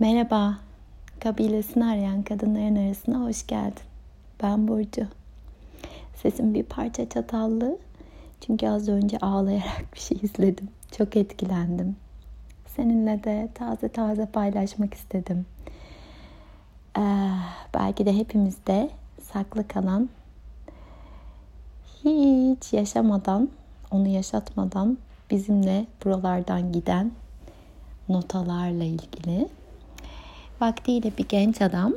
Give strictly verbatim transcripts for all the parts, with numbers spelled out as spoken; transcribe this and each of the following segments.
Merhaba, kabilesini arayan kadınların arasına hoş geldin. Ben Burcu. Sesim bir parça çatallı çünkü az önce ağlayarak bir şey izledim. Çok etkilendim. Seninle de taze taze paylaşmak istedim. Ee, belki de hepimizde saklı kalan, hiç yaşamadan, onu yaşatmadan bizimle buralardan giden notalarla ilgili. Vaktiyle bir genç adam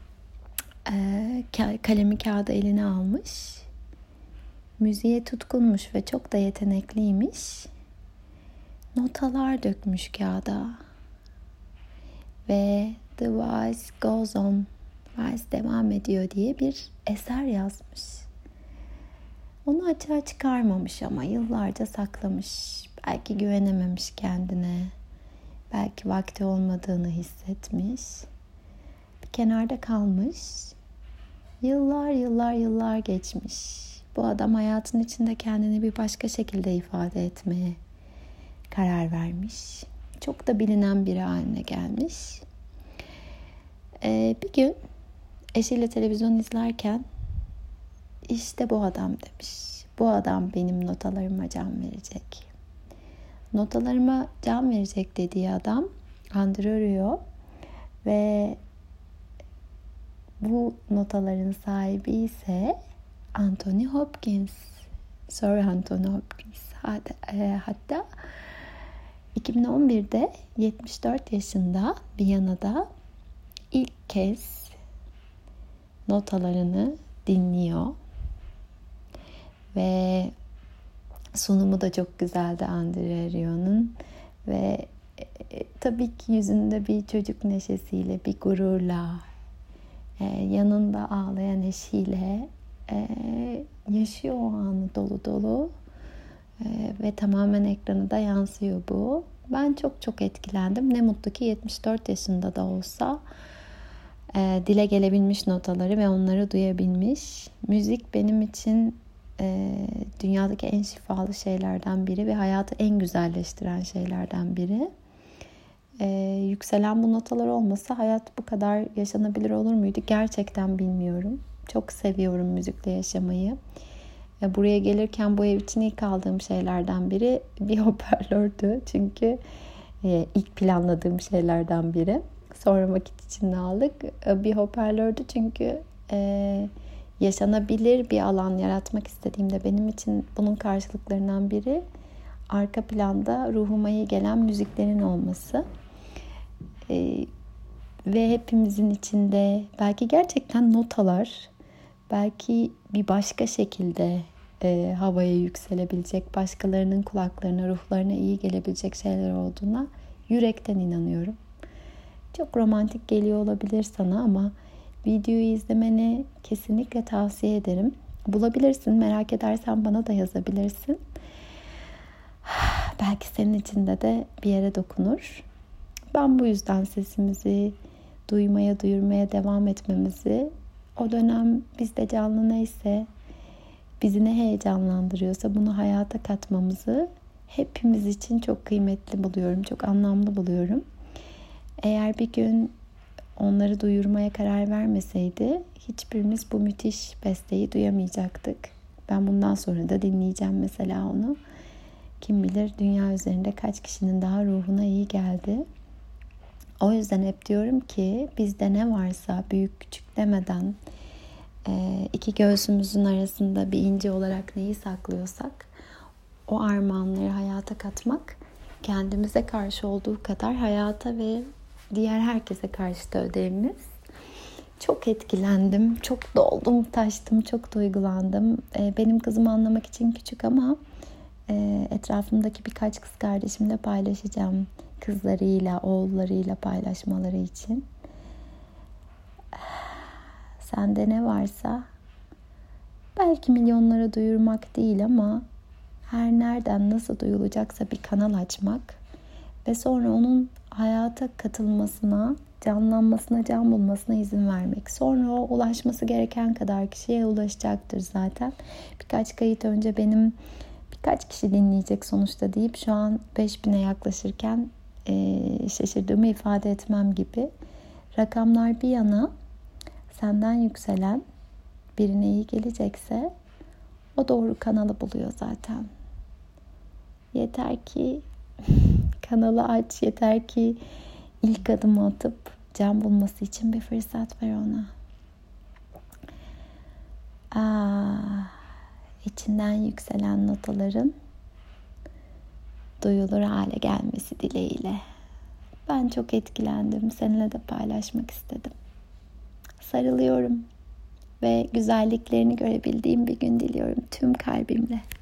kalemi kağıdı eline almış. Müziğe tutkunmuş ve çok da yetenekliymiş. Notalar dökmüş kağıda. Ve The Voice Goes On, Voice devam ediyor diye bir eser yazmış. Onu açığa çıkarmamış ama yıllarca saklamış. Belki güvenememiş kendine. Belki vakti olmadığını hissetmiş. Bir kenarda kalmış. Yıllar yıllar yıllar geçmiş. Bu adam hayatın içinde kendini bir başka şekilde ifade etmeye karar vermiş. Çok da bilinen biri haline gelmiş. Ee, bir gün eşiyle televizyon izlerken işte bu adam demiş. Bu adam benim notalarıma can verecek. Notalarıma can verecek dediği adam Andrew Rio ve bu notaların sahibi ise Anthony Hopkins. Sir Anthony Hopkins. Hatta, e, hatta iki bin on birde yetmiş dört yaşında Viyana'da ilk kez notalarını dinliyor. Ve sunumu da çok güzeldi Andrea Rio'nun ve e, tabii ki yüzünde bir çocuk neşesiyle, bir gururla, e, yanında ağlayan eşiyle e, yaşıyor o anı dolu dolu e, ve tamamen ekrana da yansıyor bu. Ben çok çok etkilendim. Ne mutlu ki yetmiş dört yaşında da olsa e, dile gelebilmiş notaları ve onları duyabilmiş. Müzik benim için E, dünyadaki en şifalı şeylerden biri ve hayatı en güzelleştiren şeylerden biri. E, yükselen bu notalar olmasa hayat bu kadar yaşanabilir olur muydu? Gerçekten bilmiyorum. Çok seviyorum müzikle yaşamayı. E, buraya gelirken bu ev için ilk aldığım şeylerden biri bir hoparlördü. Çünkü e, ilk planladığım şeylerden biri. Sonra vakit içinde aldık. E, bir hoparlördü çünkü e, yaşanabilir bir alan yaratmak istediğimde benim için bunun karşılıklarından biri arka planda ruhuma iyi gelen müziklerin olması. Ee, ve hepimizin içinde belki gerçekten notalar, belki bir başka şekilde e, havaya yükselebilecek, başkalarının kulaklarına, ruhlarına iyi gelebilecek şeyler olduğuna yürekten inanıyorum. Çok romantik geliyor olabilir sana ama videoyu izlemeni kesinlikle tavsiye ederim. Bulabilirsin, merak edersen bana da yazabilirsin. Belki senin içinde de bir yere dokunur. Ben bu yüzden sesimizi duymaya, duyurmaya devam etmemizi, o dönem bizde canlı neyse, bizi ne heyecanlandırıyorsa bunu hayata katmamızı hepimiz için çok kıymetli buluyorum, çok anlamlı buluyorum. Eğer bir gün onları duyurmaya karar vermeseydi hiçbirimiz bu müthiş besteyi duyamayacaktık. Ben bundan sonra da dinleyeceğim mesela onu. Kim bilir dünya üzerinde kaç kişinin daha ruhuna iyi geldi. O yüzden hep diyorum ki bizde ne varsa büyük küçük demeden iki göğsümüzün arasında bir inci olarak neyi saklıyorsak o armağanları hayata katmak kendimize karşı olduğu kadar hayata ve diğer herkese karşı da ödevimiz. Çok etkilendim, çok doldum, taştım, çok duygulandım. Benim kızımı anlamak için küçük ama etrafımdaki birkaç kız kardeşimle paylaşacağım. Kızlarıyla, oğullarıyla paylaşmaları için. Sende ne varsa belki milyonlara duyurmak değil ama her nereden nasıl duyulacaksa bir kanal açmak ve sonra onun hayata katılmasına, canlanmasına, can bulmasına izin vermek. Sonra o ulaşması gereken kadar kişiye ulaşacaktır zaten. Birkaç kayıt önce benim birkaç kişi dinleyecek sonuçta deyip şu an beş bine yaklaşırken e, şaşırdığımı ifade etmem gibi. Rakamlar bir yana, senden yükselen birine iyi gelecekse o doğru kanalı buluyor zaten. Yeter ki kanalı aç, yeter ki ilk adımı atıp can bulması için bir fırsat ver ona. Aa, içinden yükselen notaların duyulur hale gelmesi dileğiyle. Ben çok etkilendim. Seninle de paylaşmak istedim. Sarılıyorum ve güzelliklerini görebildiğim bir gün diliyorum tüm kalbimle.